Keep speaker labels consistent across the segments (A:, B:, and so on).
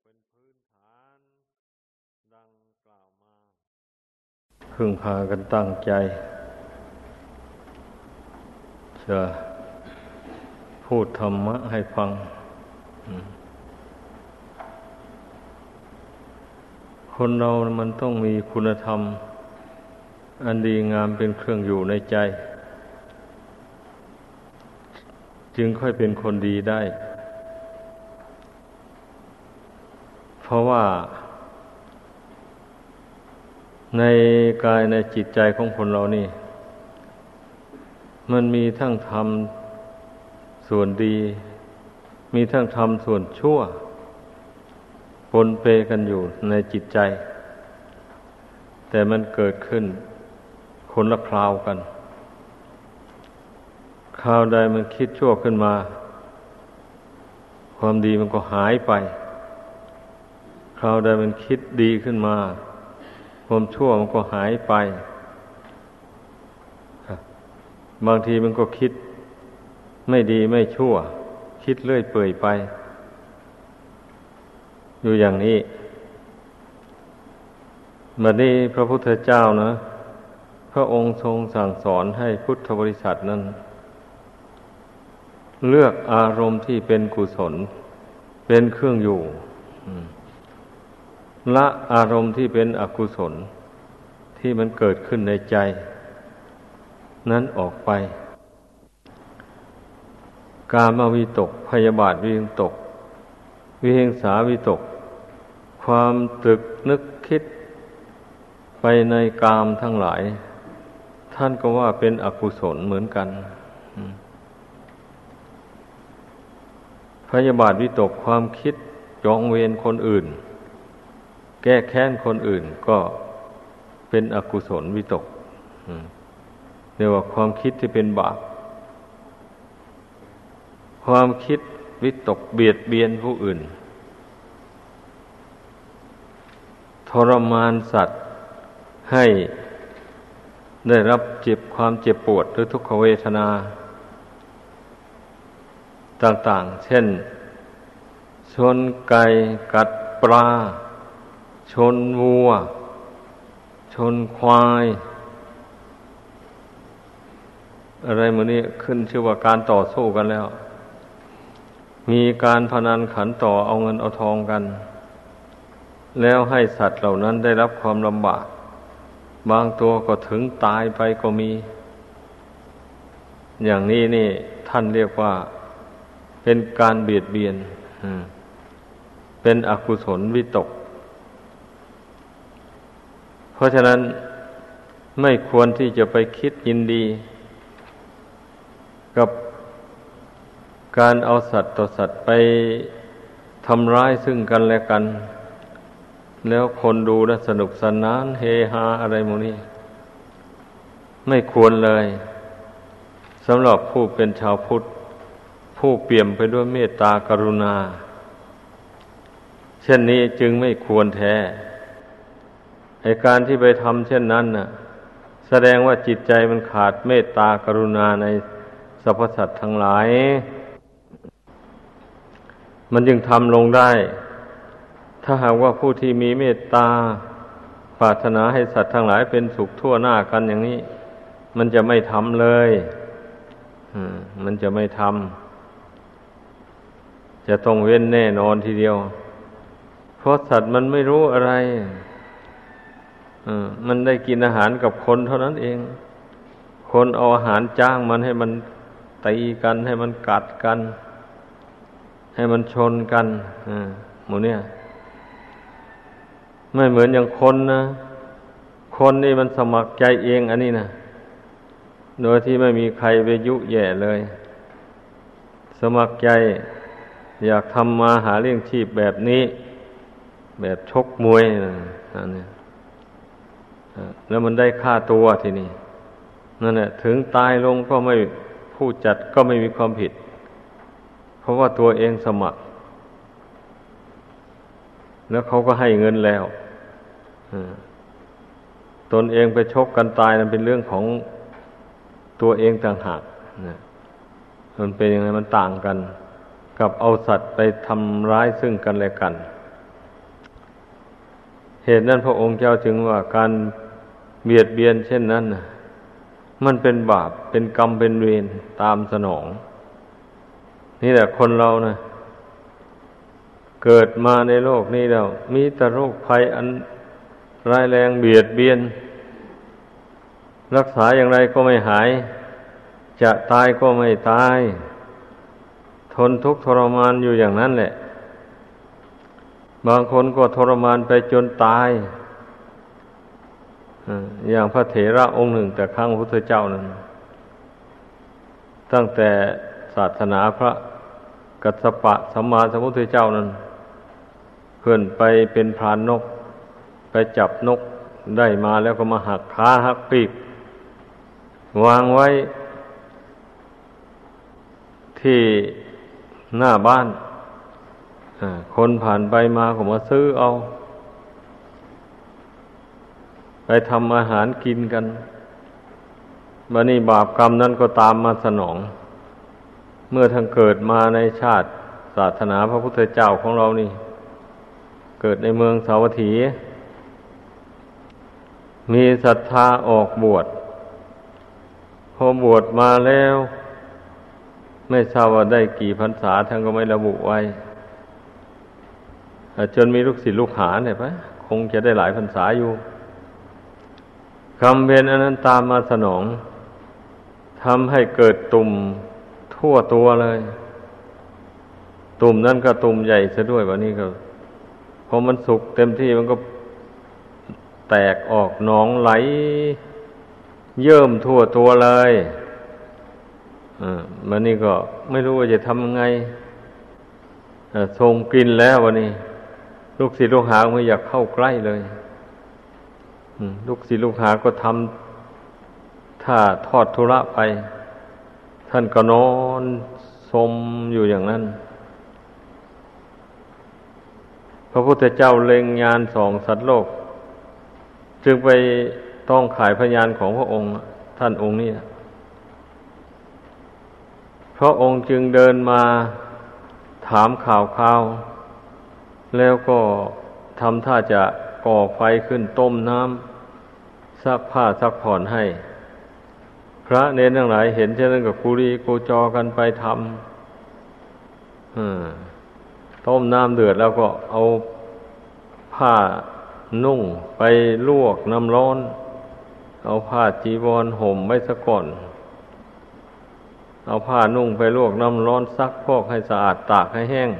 A: พึ่งพากันตั้งใจจะพูดธรรมะให้ฟังคนเรามันต้องมีคุณธรรมอันดีงามเป็นเครื่องอยู่ในใจจึงค่อยเป็นคนดีได้เพราะว่าในกายในจิตใจของคนเรานี่มันมีทั้งธรรมส่วนดีมีทั้งธรรมส่วนชั่วปนเปกันอยู่ในจิตใจแต่มันเกิดขึ้นคนละคราวกันคราวใดมันคิดชั่วขึ้นมาความดีมันก็หายไปคราวใดมันคิดดีขึ้นมาความชั่วมันก็หายไปบางทีมันก็คิดไม่ดีไม่ชั่วคิดเลื่อยเปื่อยไปอยู่อย่างนี้บัดนี้พระพุทธเจ้านะพระองค์ทรงสั่งสอนให้พุทธบริษัทนั้นเลือกอารมณ์ที่เป็นกุศลเป็นเครื่องอยู่ละอารมณ์ที่เป็นอกุศลที่มันเกิดขึ้นในใจนั้นออกไปกามวิตกพยาบาทวิตกวิหิงสาวิตกความตรึกนึกคิดไปในกามทั้งหลายท่านก็ว่าเป็นอกุศลเหมือนกันพยาบาทวิตกความคิดจองเวรคนอื่นแก้แค้นคนอื่นก็เป็นอกุศลวิตกเรียกว่าความคิดที่เป็นบาปความคิดวิตกเบียดเบียนผู้อื่นทรมานสัตว์ให้ได้รับความเจ็บปวดหรือทุกขเวทนาต่างๆเช่นชนไก่กัดปลาชนวัวชนควายอะไรหมดนี้ขึ้นชื่อว่าการต่อสู้กันแล้วมีการพนันขันต่อเอาเงินเอาทองกันแล้วให้สัตว์เหล่านั้นได้รับความลำบากบางตัวก็ถึงตายไปก็มีอย่างนี้นี่ท่านเรียกว่าเป็นการเบียดเบียนเป็นอกุศลวิตกเพราะฉะนั้นไม่ควรที่จะไปคิดยินดีกับการเอาสัตว์ต่อสัตว์ไปทำร้ายซึ่งกันและกันแล้วคนดูนะสนุกสนานเฮฮาอะไรหมดนี้ไม่ควรเลยสำหรับผู้เป็นชาวพุทธผู้เปี่ยมไปด้วยเมตตากรุณาเช่นนี้จึงไม่ควรแท้ไอ้การที่ไปทำเช่นนั้นน่ะแสดงว่าจิตใจมันขาดเมตตากรุณาในสรรพสัตว์ทั้งหลายมันจึงทำลงได้ถ้าหากว่าผู้ที่มีเมตตาปรารถนาให้สัตว์ทั้งหลายเป็นสุขทั่วหน้ากันอย่างนี้มันจะไม่ทำเลยมันจะไม่ทำจะต้องเว้นแน่นอนทีเดียวเพราะสัตว์มันไม่รู้อะไรมันได้กินอาหารกับคนเท่านั้นเองคนเอาอาหารจ้างมันให้มันตีกันให้มันกัดกันให้มันชนกันหมดเนี่ยไม่เหมือนอย่างคนนะคนนี่มันสมัครใจเองอันนี้นะโดยที่ไม่มีใครไปยุแย่เลยสมัครใจอยากทำมาหาเลี้ยงชีพแบบนี้แบบชกมวยนั่นเนี่ยแล้วมันได้ค่าตัวทีนี้นั่นแหละถึงตายลงก็ไม่ผู้จัดก็ไม่มีความผิดเพราะว่าตัวเองสมัครแล้วเขาก็ให้เงินแล้วตนเองไปชกกันตายนั้นเป็นเรื่องของตัวเองต่างหากมันเป็นยังไงมันต่างกันกับเอาสัตว์ไปทำร้ายซึ่งกันและกันเหตุนั้นพระองค์เจ้าจึงว่าการเบียดเบียนเช่นนั้นน่ะมันเป็นบาปเป็นกรรมเป็นเวรตามสนองนี่แหละคนเรานะเกิดมาในโลกนี้แล้วมีแต่โรคภัยอันร้ายแรงเบียดเบียนรักษาอย่างไรก็ไม่หายจะตายก็ไม่ตายทนทุกข์ทรมานอยู่อย่างนั้นแหละบางคนก็ทรมานไปจนตายอย่างพระเถระองค์หนึ่งแต่ครั้งพุทธเจ้านั้นตั้งแต่ศาสนาพระกัสสปะสัมมาสัมพุทธเจ้านั้นเพื่อนไปเป็นพรานนกไปจับนกได้มาแล้วก็มาหักขาหักปีกวางไว้ที่หน้าบ้านคนผ่านไปมาก็มาซื้อเอาไปทำอาหารกินกันบัดนี้บาปกรรมนั้นก็ตามมาสนองเมื่อทั้งเกิดมาในชาติศาสนาพระพุทธเจ้าของเรานี่เกิดในเมืองสาวัตถีมีศรัทธาออกบวชพอบวชมาแล้วไม่ทราบว่าได้กี่พรรษาท่านก็ไม่ระบุไว้จนมีลูกศิษย์ลูกหาเนี่ยปะคงจะได้หลายพรรษาอยู่คำเพ็ญอันนั้นตามมาสนองทำให้เกิดตุ่มทั่วตัวเลยตุ่มนั้นก็ตุ่มใหญ่ซะด้วยวันนี้ก็พอมันสุกเต็มที่มันก็แตกออกหนองไหลเยิ้มทั่วตัวเลยวันนี้ก็ไม่รู้ว่าจะทำยังไงทรงกลิ่นแล้ววันนี้ลูกศิษย์ลูกหาไม่อยากเข้าใกล้เลยลูกศิษย์ลูกหาก็ทำถ้าทอดธุระไปท่านก็นอนสมอยู่อย่างนั้นพระพุทธเจ้าเล็งญาณส่องสัตว์โลกจึงไปต้องขายพยานของพระองค์ท่านองค์นี้พระองค์จึงเดินมาถามข่าวแล้วก็ทำท่าจะก่อไฟขึ้นต้มน้ำซักผ้าซักผ่อนให้พระเนรทั้งหลายเห็นเช่นนั้นก็กุลีกุจอกันไปทำต้มน้ำเดือดแล้วก็เอาผ้านุ่งไปลวกน้ำร้อนเอาผ้าจีวรห่มไว้ซะก่อนเอาผ้านุ่งไปลวกน้ำร้อนซักพอกให้สะอาดตากให้แห้ง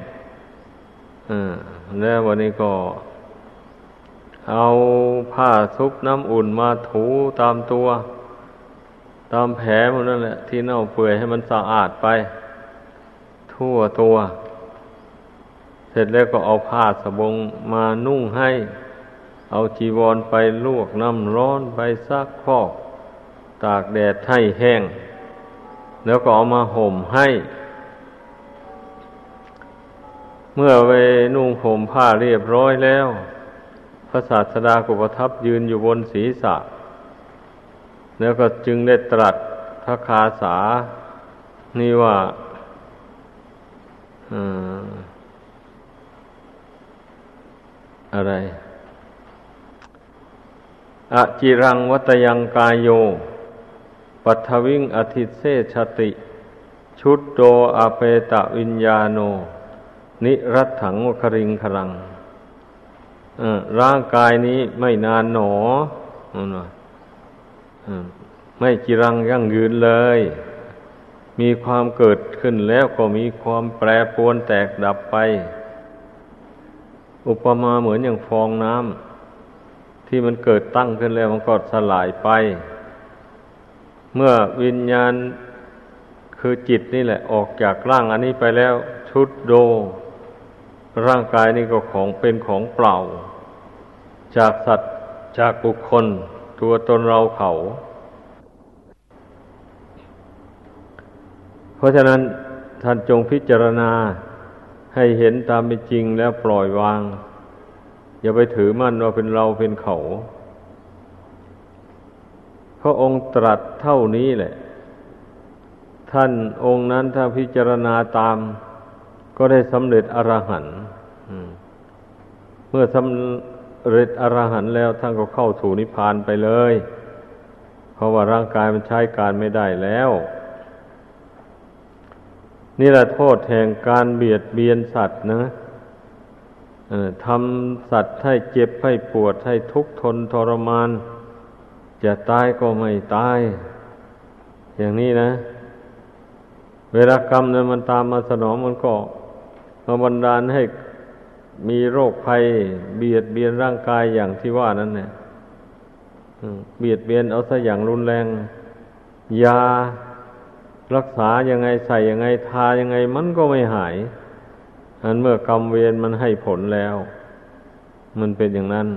A: แล้ววันนี้ก็เอาผ้าซุบน้ำอุ่นมาถูตามตัวตามแผลมันนั่นแหละที่เน่าเปื่อยให้มันสะอาดไปทั่วตัวเสร็จแล้วก็เอาผ้าสบงมานุ่งให้เอาจีวรไปลวกน้ำร้อนไปซักพอกตากแดดให้แห้งแล้วก็เอามาห่มให้เมื่อไปนุ่งห่มผ้าเรียบร้อยแล้วพระศาสดาก็ประทับยืนอยู่บนศีรษะแล้วก็จึงได้ตรัสพระคาสานี่ว่าอะไรอจิรังวัตยังกายโยปัทวิงอธิเสชติชุดโดอเปตะวิญญาโนนิรัตถังวคริงครังร่างกายนี้ไม่นานหนอไม่จิรังยั่งยืนเลยมีความเกิดขึ้นแล้วก็มีความแปรปรวนแตกดับไปอุปมาเหมือนอย่างฟองน้ำที่มันเกิดตั้งขึ้นแล้วมันก็สลายไปเมื่อวิญญาณคือจิตนี่แหละออกจากร่างอันนี้ไปแล้วชุดโดร่างกายนี่ก็ของเป็นของเปล่าจากสัตว์จากบุคคลตัวตนเราเขาเพราะฉะนั้นท่านจงพิจารณาให้เห็นตามเป็นจริงแล้วปล่อยวางอย่าไปถือมั่นว่าเป็นเราเป็นเขาพระองค์ตรัสเท่านี้แหละท่านองค์นั้นถ้าพิจารณาตามก็ได้สำเร็จอรหันต์เมื่อฤทธิ์อรหันต์แล้วท่านก็เข้าสู่นิพพานไปเลยเพราะว่าร่างกายมันใช้การไม่ได้แล้วนี่แหละโทษแห่งการเบียดเบียนสัตว์นะทำสัตว์ให้เจ็บให้ปวดให้ทุกข์ทนทรมานจะตายก็ไม่ตายอย่างนี้นะเวลากรรมนั้นมันตามมาสนองมันก็มาบันดาลให้มีโรคภัยเบียดเบียนร่างกายอย่างที่ว่านั้นเนี่ยเบียดเบียนเอาซะอย่างรุนแรงยารักษายังไงใส่ยังไงทายังไงมันก็ไม่หายอันเมื่อกรรมเวรมันให้ผลแล้วมันเป็นอย่างนั้น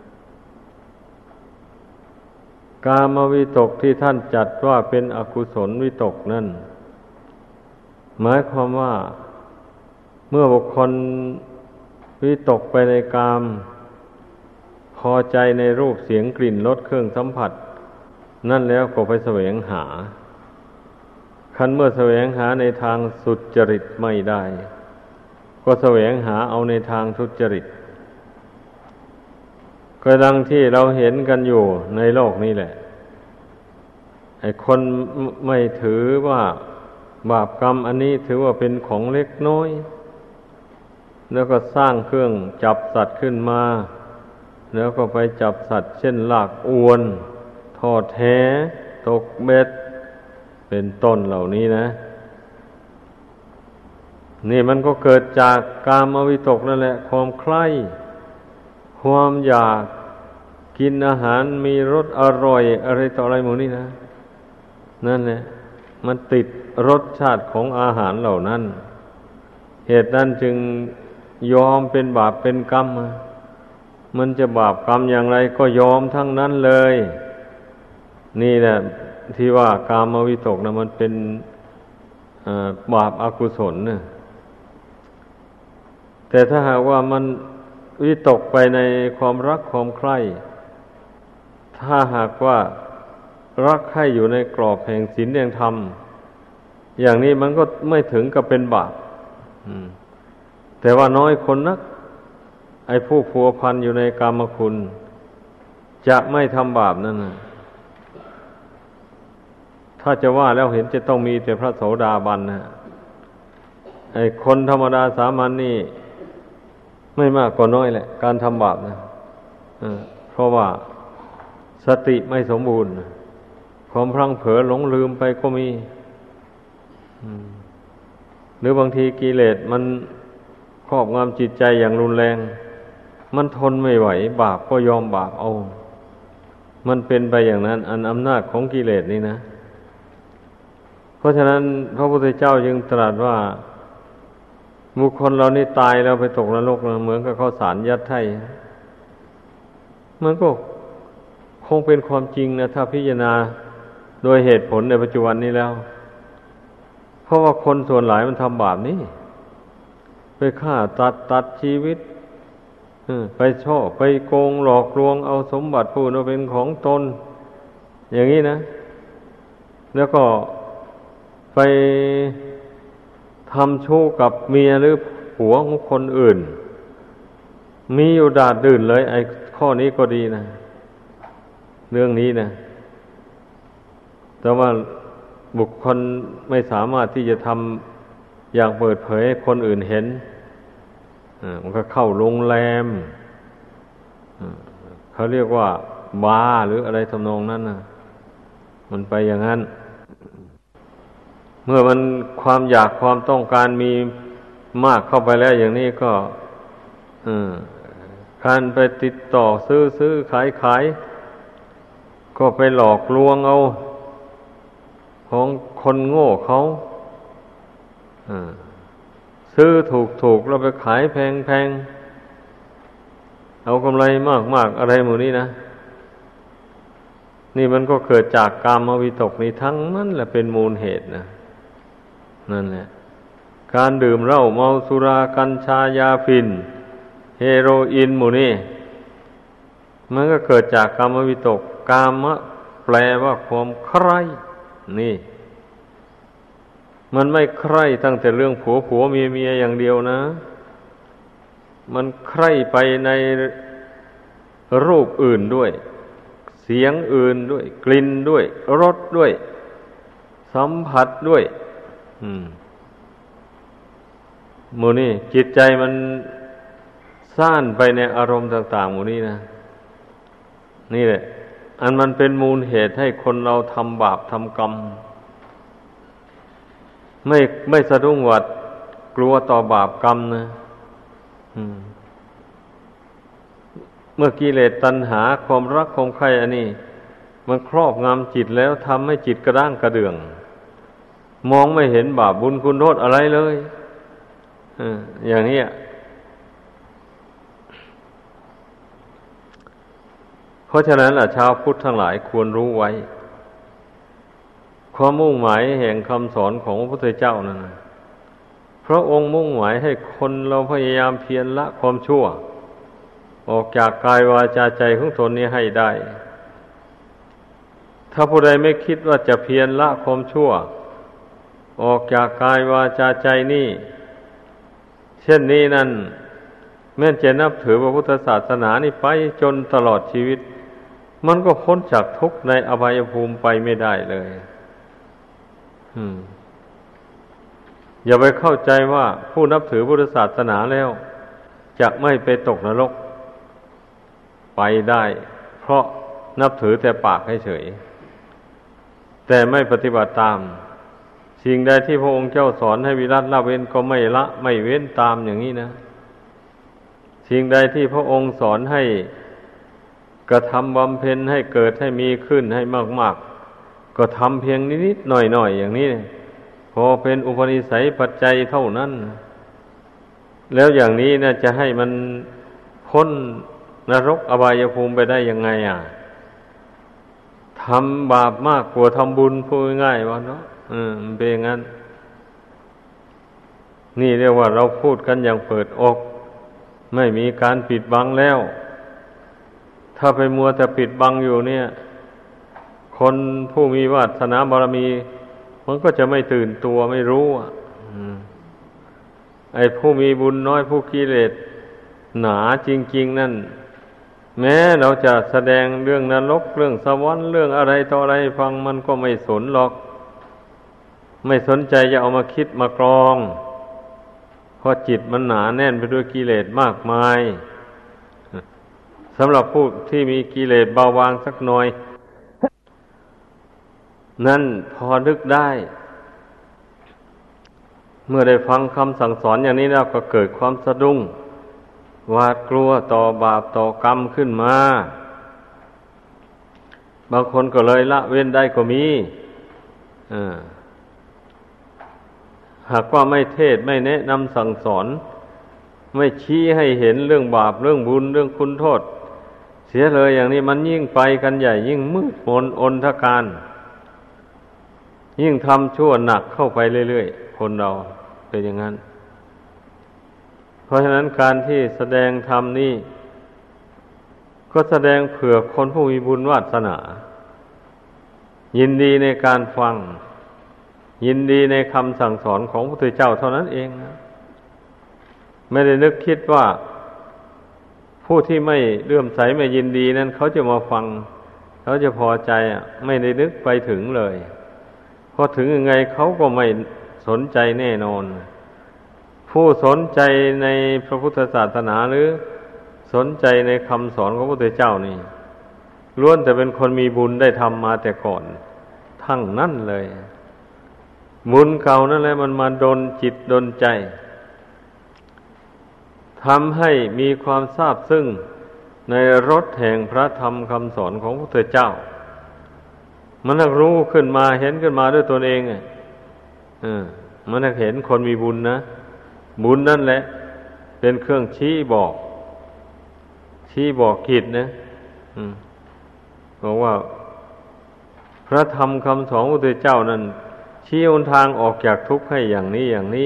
A: กามวิตกที่ท่านจัดว่าเป็นอกุศลวิตกนั่นหมายความว่าเมื่อบุคคลวิตกไปในกามพอใจในรูปเสียงกลิ่นรสเครื่องสัมผัสนั่นแล้วก็ไปแสวงหาคันเมื่อแสวงหาในทางสุจริตไม่ได้ก็แสวงหาเอาในทางทุจริตก็ดังที่เราเห็นกันอยู่ในโลกนี้แหละไอ้คนไม่ถือว่าบาปกรรมอันนี้ถือว่าเป็นของเล็กน้อยแล้วก็สร้างเครื่องจับสัตว์ขึ้นมาแล้วก็ไปจับสัตว์เช่นลากอวนทอดแหตกเบ็ดเป็นต้นเหล่านี้นะนี่มันก็เกิดจากกามวิตกนั่นแหละความใคร่ความอยากกินอาหารมีรสอร่อยอะไรต่ออะไรหมดนี่นะนั่นแหละมันติดรสชาติของอาหารเหล่านั้นเหตุนั้นจึงยอมเป็นบาปเป็นกรรมมันจะบาปกรรมอย่างไรก็ยอมทั้งนั้นเลยนี่แหละที่ว่ากามวิตกนะมันเป็นบาปอกุศลนะแต่ถ้าหากว่ามันวิตกไปในความรักความใคร่ถ้าหากว่ารักใคร่อยู่ในกรอบแห่งศีลแห่งธรรมอย่างนี้มันก็ไม่ถึงกับเป็นบาปแต่ว่าน้อยคนนักไอ้ผู้พัวพันอยู่ในกามคุณจะไม่ทำบาปนั่นนะถ้าจะว่าแล้วเห็นจะต้องมีแต่พระโสดาบันนะไอ้คนธรรมดาสามัญนี่ไม่มากก็น้อยแหละการทำบาปนะเพราะว่าสติไม่สมบูรณ์ความพลั้งเผลอหลงลืมไปก็มีหรือบางทีกิเลสมันครอบงำจิตใจอย่างรุนแรงมันทนไม่ไหวบาปก็ยอมบาปเอามันเป็นไปอย่างนั้นอันอำนาจของกิเลสนี่นะเพราะฉะนั้นพระพุทธเจ้าจึงตรัสว่าบุคคลเรานี่ตายแล้วไปตกนรกเหมือนกับข้าวสารยัดไถ่มันก็คงเป็นความจริงนะถ้าพิจารณาโดยเหตุผลในปัจจุบันนี้แล้วเพราะว่าคนส่วนหลายมันทำบาปนี้ไปฆ่าตัดชีวิตไปช่อไปโกงหลอกลวงเอาสมบัติผู้อื่นเป็นของตนอย่างนี้นะแล้วก็ไปทำชู้กับเมียหรือผัวของคนอื่นมีอยู่ดาดดื่นเลยไอ้ข้อนี้ก็ดีนะเรื่องนี้นะแต่ว่าบุคคลไม่สามารถที่จะทำอย่างเปิดเผยให้คนอื่นเห็นมันก็เข้าโรงแรมเขาเรียกว่าบาร์หรืออะไรทำนองนั้นนะมันไปอย่างนั้นเมื่อมันความอยากความต้องการมีมากเข้าไปแล้วอย่างนี้ก็การไปติดต่อซื้อขายก็ไปหลอกลวงเอาของคนโง่เขาซื้อถูกแล้วไปขายแพงเอากำไรมากอะไรหมู่นี้นะนี่มันก็เกิดจากกามวิตกนี้ทั้งนั้นแหละเป็นมูลเหตุนะนั่นแหละการดื่มเหล้าเมาสุรากัญชายาฝิ่นเฮโรอีนหมู่นี้มันก็เกิดจากกามวิตกกามะแปลว่าความใคร่นี่มันไม่ใคร่ตั้งแต่เรื่องผัวเมียอย่างเดียวนะมันใคร่ไปในรูปอื่นด้วยเสียงอื่นด้วยกลิ่นด้วยรสด้วยสัมผัสด้วยหมู่นี้จิตใจมันซ่านไปในอารมณ์ต่างๆหมู่นี้นะนี่แหละอันมันเป็นมูลเหตุให้คนเราทำบาปทำกรรมไม่สะดุ้งหวาดกลัวต่อบาปกรรมนะเมื่อกิเลสตัณหาความรักความใคร่อันนี้มันครอบงำจิตแล้วทำให้จิตกระด้างกระเดื่องมองไม่เห็นบาปบุญคุณโทษอะไรเลยอย่างนี้เพราะฉะนั้นชาวพุทธทั้งหลายควรรู้ไว้ความมุ่งหมายแห่งคำสอนของพระพุทธเจ้านั้นพระองค์มุ่งหมายให้คนเราพยายามเพียรละความชั่วออกจากกายวาจาใจของตนนี้ให้ได้ถ้าผู้ใดไม่คิดว่าจะเพียรละความชั่วออกจากกายวาจาใจนี่เช่นนี้นั่นแม้จะนับถือพระพุทธศาสนานี่ไปจนตลอดชีวิตมันก็พ้นจากทุกข์ในอบายภูมิไปไม่ได้เลยอย่าไปเข้าใจว่าผู้นับถือพุทธศาสนาแล้วจะไม่ไปตกนรกไปได้เพราะนับถือแต่ปากให้เฉยแต่ไม่ปฏิบัติตามสิ่งใดที่พระองค์เจ้าสอนให้วิรัติละเว้นก็ไม่ละไม่เว้นตามอย่างนี้นะสิ่งใดที่พระองค์สอนให้กระทำบำเพ็ญให้เกิดให้มีขึ้นให้มากๆก็ทำเพียงนิดๆหน่อยๆอย่างนี้พอเป็นอุปนิสัยปัจจัยเท่านั้นแล้วอย่างนี้นะจะให้มันพ้นนรกอบายภูมิไปได้ยังไงทำบาปมากกว่าทำบุญพูดง่ายๆว่าเนาะมันเป็นอย่างนั้นนี่เรียกว่าเราพูดกันอย่างเปิดอกไม่มีการปิดบังแล้วถ้าไปมัวแต่ปิดบังอยู่เนี่ยคนผู้มีวาสนาบารมีมันก็จะไม่ตื่นตัวไม่รู้ไอ้ผู้มีบุญน้อยผู้กิเลสหนาจริงๆนั่นแม้เราจะแสดงเรื่องนรกเรื่องสวรรค์เรื่องอะไรต่ออะไรฟังมันก็ไม่สนหรอกไม่สนใจจะเอามาคิดมากรองเพราะจิตมันหนาแน่นไปด้วยกิเลสมากมายสำหรับผู้ที่มีกิเลสเบาบางสักหน่อยนั่นพอนึกได้เมื่อได้ฟังคำสั่งสอนอย่างนี้แล้วก็เกิดความสะดุ้งหวาดกลัวต่อบาปต่อกรรมขึ้นมาบางคนก็เลยละเว้นได้ก็มีหากว่าไม่เทศไม่แนะนำสั่งสอนไม่ชี้ให้เห็นเรื่องบาปเรื่องบุญเรื่องคุณโทษเสียเลยอย่างนี้มันยิ่งไปกันใหญ่ยิ่งมืดมนอนทการยิ่งทำชั่วหนักเข้าไปเรื่อยๆคนเราเป็นอย่างนั้นเพราะฉะนั้นการที่แสดงธรรมนี่ก็แสดงเผื่อคนผู้มีบุญวาสนายินดีในการฟังยินดีในคำสั่งสอนของพระพุทธเจ้าเท่านั้นเองนะไม่ได้นึกคิดว่าผู้ที่ไม่เลื่อมใสไม่ยินดีนั้นเขาจะมาฟังเขาจะพอใจไม่ได้นึกไปถึงเลยพอถึงยังไงเขาก็ไม่สนใจแน่นอนผู้สนใจในพระพุทธศาสนาหรือสนใจในคำสอนของพระพุทธเจ้านี่ล้วนแต่เป็นคนมีบุญได้ทำมาแต่ก่อนทั้งนั้นเลยบุญเก่านั่นแหละมันมาดลจิตดลใจทำให้มีความซาบซึ้งในรสแห่งพระธรรมคำสอนของพระพุทธเจ้ามันรู้ขึ้นมาเห็นขึ้นมาด้วยตนเองมันเห็นคนมีบุญนะบุญนั่นแหละเป็นเครื่องชี้บอกกิจนะบอกว่าพระธรรมคำสอนของพระพุทธเจ้านั้นชี้หนทางออกจากทุกข์ให้อย่างนี้อย่างนี้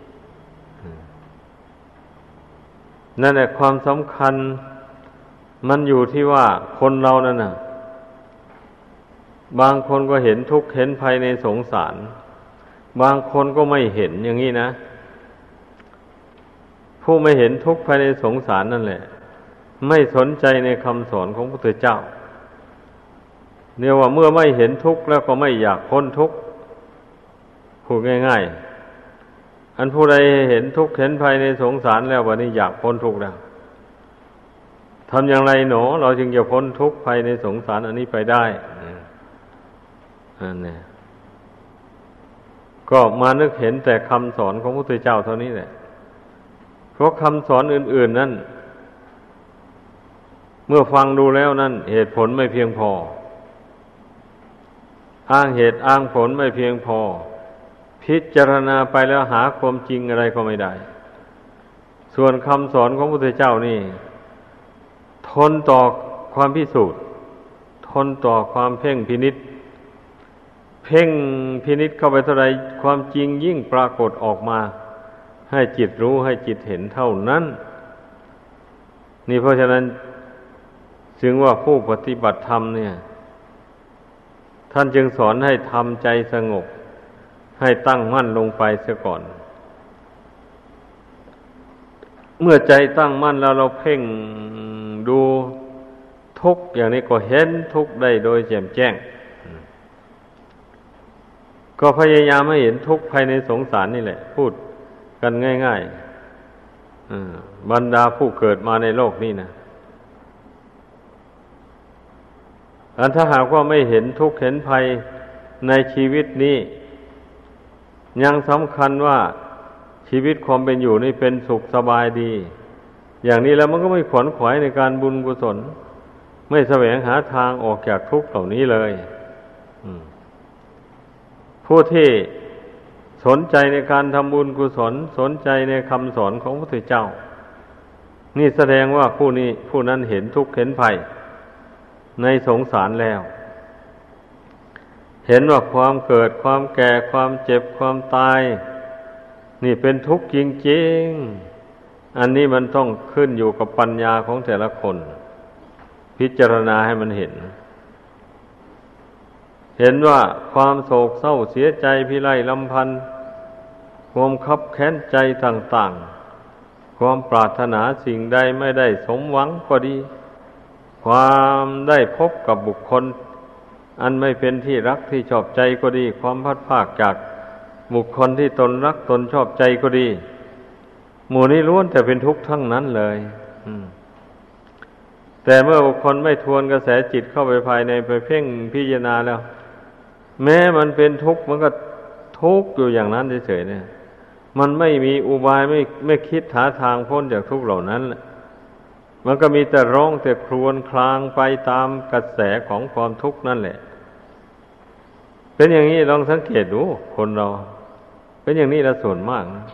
A: นั่นแหละความสำคัญมันอยู่ที่ว่าคนเรานั่นน่ะบางคนก็เห็นทุกข์เห็นภัยในสงสารบางคนก็ไม่เห็นอย่างนี้นะผู้ไม่เห็นทุกข์ภายในสงสารนั่นแหละไม่สนใจในคำสอนของพระพุทธเจ้าเนี่ยว่าเมื่อไม่เห็นทุกข์แล้วก็ไม่อยากพ้นทุกข์พูดง่ายๆอันผู้ใดเห็นทุกข์เห็นภัยในสงสารแล้ววันนี้อยากพ้นทุกข์แล้วทำอย่างไรหนอเราจึงจะพ้นทุกข์ภัยในสงสารอันนี้ไปได้อันนี้ก็มานึกเห็นแต่คำสอนของพระพุทธเจ้าเท่านี้แหละเพราะคำสอนอื่นๆนั้นเมื่อฟังดูแล้วนั้นเหตุผลไม่เพียงพออ้างเหตุอ้างผลไม่เพียงพอพิจารณาไปแล้วหาความจริงอะไรก็ไม่ได้ส่วนคำสอนของพระพุทธเจ้านี่ทนต่อความพิสูจน์ทนต่อความเพ่งพินิจเพ่งพินิจเข้าไปเท่าไรความจริงยิ่งปรากฏออกมาให้จิตรู้ให้จิตเห็นเท่านั้นนี่เพราะฉะนั้นจึงว่าผู้ปฏิบัติธรรมเนี่ยท่านจึงสอนให้ทำใจสงบให้ตั้งมั่นลงไปเสียก่อนเมื่อใจตั้งมั่นแล้วเราเพ่งดูทุกข์อย่างนี้ก็เห็นทุกข์ได้โดยแจ่มแจ้งก็พยายามให้เห็นทุกข์ภายในสงสารนี่แหละพูดกันง่ายๆบรรดาผู้เกิดมาในโลกนี้นะถ้าหากว่าไม่เห็นทุกข์เห็นภัยในชีวิตนี้ยังสำคัญว่าชีวิตความเป็นอยู่นี่เป็นสุขสบายดีอย่างนี้แล้วมันก็ไม่ขวนขวายในการบุญกุศลไม่แสวงหาทางออกจากทุกข์เหล่านี้เลยผู้ที่สนใจในการทำบุญกุศลสนใจในคำสอนของพระพุทธเจ้านี่แสดงว่าผู้นั้นเห็นทุกข์เห็นภัยในสงสารแล้วเห็นว่าความเกิดความแก่ความเจ็บความตายนี่เป็นทุกข์จริงๆอันนี้มันต้องขึ้นอยู่กับปัญญาของแต่ละคนพิจารณาให้มันเห็นว่าความโศกเศร้าเสียใจพิไรลำพันธ์ความคับแค้นใจต่างๆความปรารถนาสิ่งใดไม่ได้สมหวังก็ดีความได้พบกับบุคคลอันไม่เป็นที่รักที่ชอบใจก็ดีความพัดพรากจากบุคคลที่ตนรักตนชอบใจก็ดีหมู่นี้ล้วนแต่เป็นทุกข์ทั้งนั้นเลยแต่เมื่อบุคคลไม่ทวนกระแสจิตเข้าไปภายในไปเพ่งพิจารณาแล้วแม้มันเป็นทุกข์มันก็ทุกข์อยู่อย่างนั้นเฉยๆเนี่ยมันไม่มีอุบายไม่คิดหาทางพ้นจากทุกข์เหล่านั้นมันก็มีแต่ร้องแต่ครวญครางไปตามกระแสของความทุกข์นั่นแหละเป็นอย่างนี้ลองสังเกตดูคนเราเป็นอย่างนี้ละส่วนมากนะ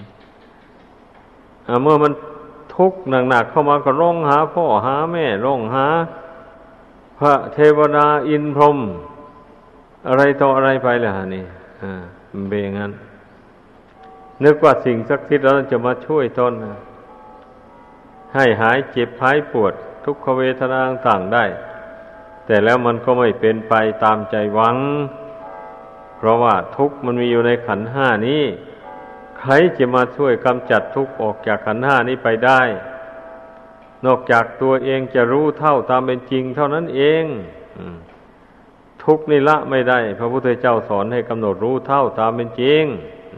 A: เมื่อมันทุกข์หนักๆเข้ามาก็ร้องหาพ่อหาแม่ร้องหาพระเทวดาอินทร์พรหมอะไรต่ออะไรไปล่ะนี่มันเป็นอย่างนั้นนึกว่าสิ่งศักดิ์สิทธิ์แล้วจะมาช่วยตนให้หายเจ็บหายปวดทุกขเวทนาต่างๆได้แต่แล้วมันก็ไม่เป็นไปตามใจหวังเพราะว่าทุกข์มันมีอยู่ในขันธ์ห้านี้ใครจะมาช่วยกำจัดทุกข์ออกจากขันธ์ห้านี้ไปได้นอกจากตัวเองจะรู้เท่าตามเป็นจริงเท่านั้นเองทุกข์นี่ละไม่ได้พระพุทธเจ้าสอนให้กำหนดรู้เท่าตามเป็นจริง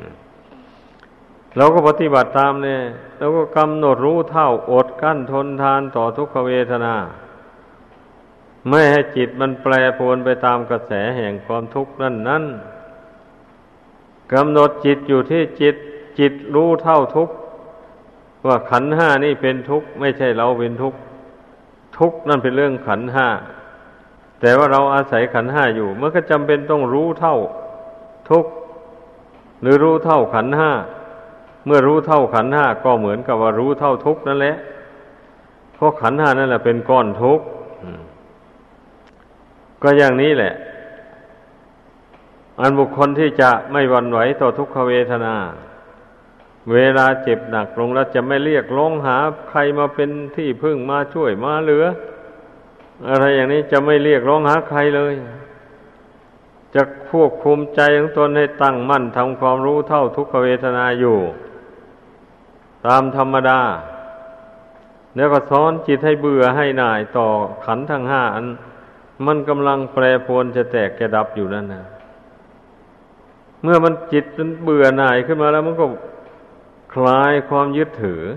A: เราก็ปฏิบัติตามเนี่ยเราก็กำหนดรู้เท่าอดกั้นทนทานต่อทุกขเวทนาไม่ให้จิตมันแปรปรวนไปตามกระแสแห่งความทุกข์นั้นกำหนดจิตอยู่ที่จิตรู้เท่าทุกข์ว่าขันธ์ห้านี่เป็นทุกข์ไม่ใช่เราเป็นทุกข์ทุกข์นั่นเป็นเรื่องขันธ์ห้าแต่ว่าเราอาศัยขันธ์ห้าอยู่มันก็จำเป็นต้องรู้เท่าทุกข์หรือรู้เท่าขันธ์ห้าเมื่อรู้เท่าขันธ์ห้าก็เหมือนกับว่ารู้เท่าทุกข์นั่นแหละเพราะขันธ์ห้านั่นแหละเป็นก้อนทุกข์ก็อย่างนี้แหละอันบุคคลที่จะไม่หวั่นไหวต่อทุกขเวทนาเวลาเจ็บหนักลงแล้วจะไม่เรียกร้องหาใครมาเป็นที่พึ่งมาช่วยมาเหลืออะไรอย่างนี้จะไม่เรียกร้องหาใครเลยจะควบคุมใจของตนให้ตั้งมั่นทำความรู้เท่าทุกขเวทนาอยู่ตามธรรมดาแล้วก็สอนจิตให้เบื่อให้หน่ายต่อขันธ์ทั้งห้าอันมันกำลังแปรปรวนจะแตกจะดับอยู่นั่นนะเมื่อมันจิตมันเบื่อหน่ายขึ้นมาแล้วมันก็คลายความยึดถือ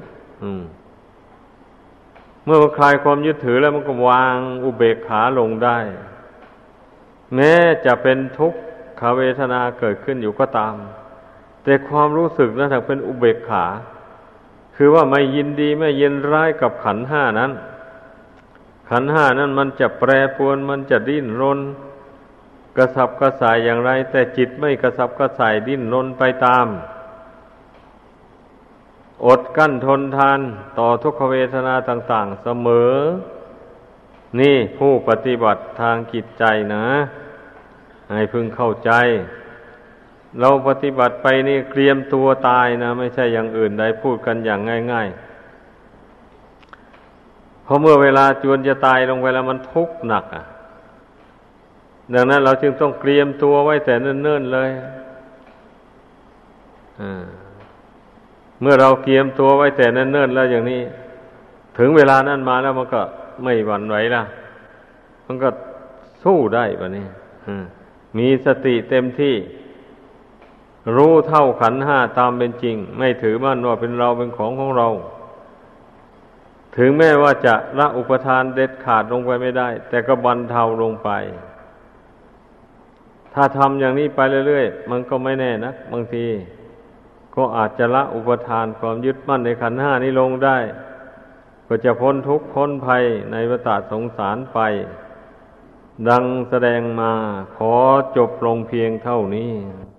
A: เมื่อมันคลายความยึดถือแล้วมันก็วางอุเบกขาลงได้แม้จะเป็นทุกขเวทนาเกิดขึ้นอยู่ก็ตามแต่ความรู้สึกนั้นเป็นอุเบกขาคือว่าไม่ยินดีไม่ยินร้ายกับขันธ์ห้านั้นขันธ์ห้านั้นมันจะแปรปรวนมันจะดิ้นรนกระสับกระส่ายอย่างไรแต่จิตไม่กระสับกระส่ายดิ้นรนไปตามอดกั้นทนทานต่อทุกขเวทนาต่างๆเสมอนี่ผู้ปฏิบัติทางจิตใจนะให้พึงเข้าใจเราปฏิบัติไปนี่เตรียมตัวตายนะไม่ใช่อย่างอื่นใดพูดกันอย่างง่ายๆเพราะเมื่อเวลาจวนจะตายลงไปแล้วมันทุกข์หนักดังนั้นเราจึงต้องเตรียมตัวไว้แต่เนิ่นๆเลยเมื่อเราเตรียมตัวไว้แต่เนิ่นๆแล้วอย่างนี้ถึงเวลานั้นมาแล้วมันก็ไม่หวั่นไหวละมันก็สู้ได้ปะนี่มีสติเต็มที่รู้เท่าขันธ์ห้าตามเป็นจริงไม่ถือมั่นว่าเป็นเราเป็นของเราถึงแม้ว่าจะละอุปทานเด็ดขาดลงไปไม่ได้แต่ก็บรรเทาลงไปถ้าทำอย่างนี้ไปเรื่อยๆมันก็ไม่แน่นะบางทีก็อาจจะละอุปทานความยึดมั่นในขันธ์ห้านี้ลงได้ก็จะพ้นทุกข์พ้นภัยในวัฏสงสารไปดังแสดงมาขอจบลงเพียงเท่านี้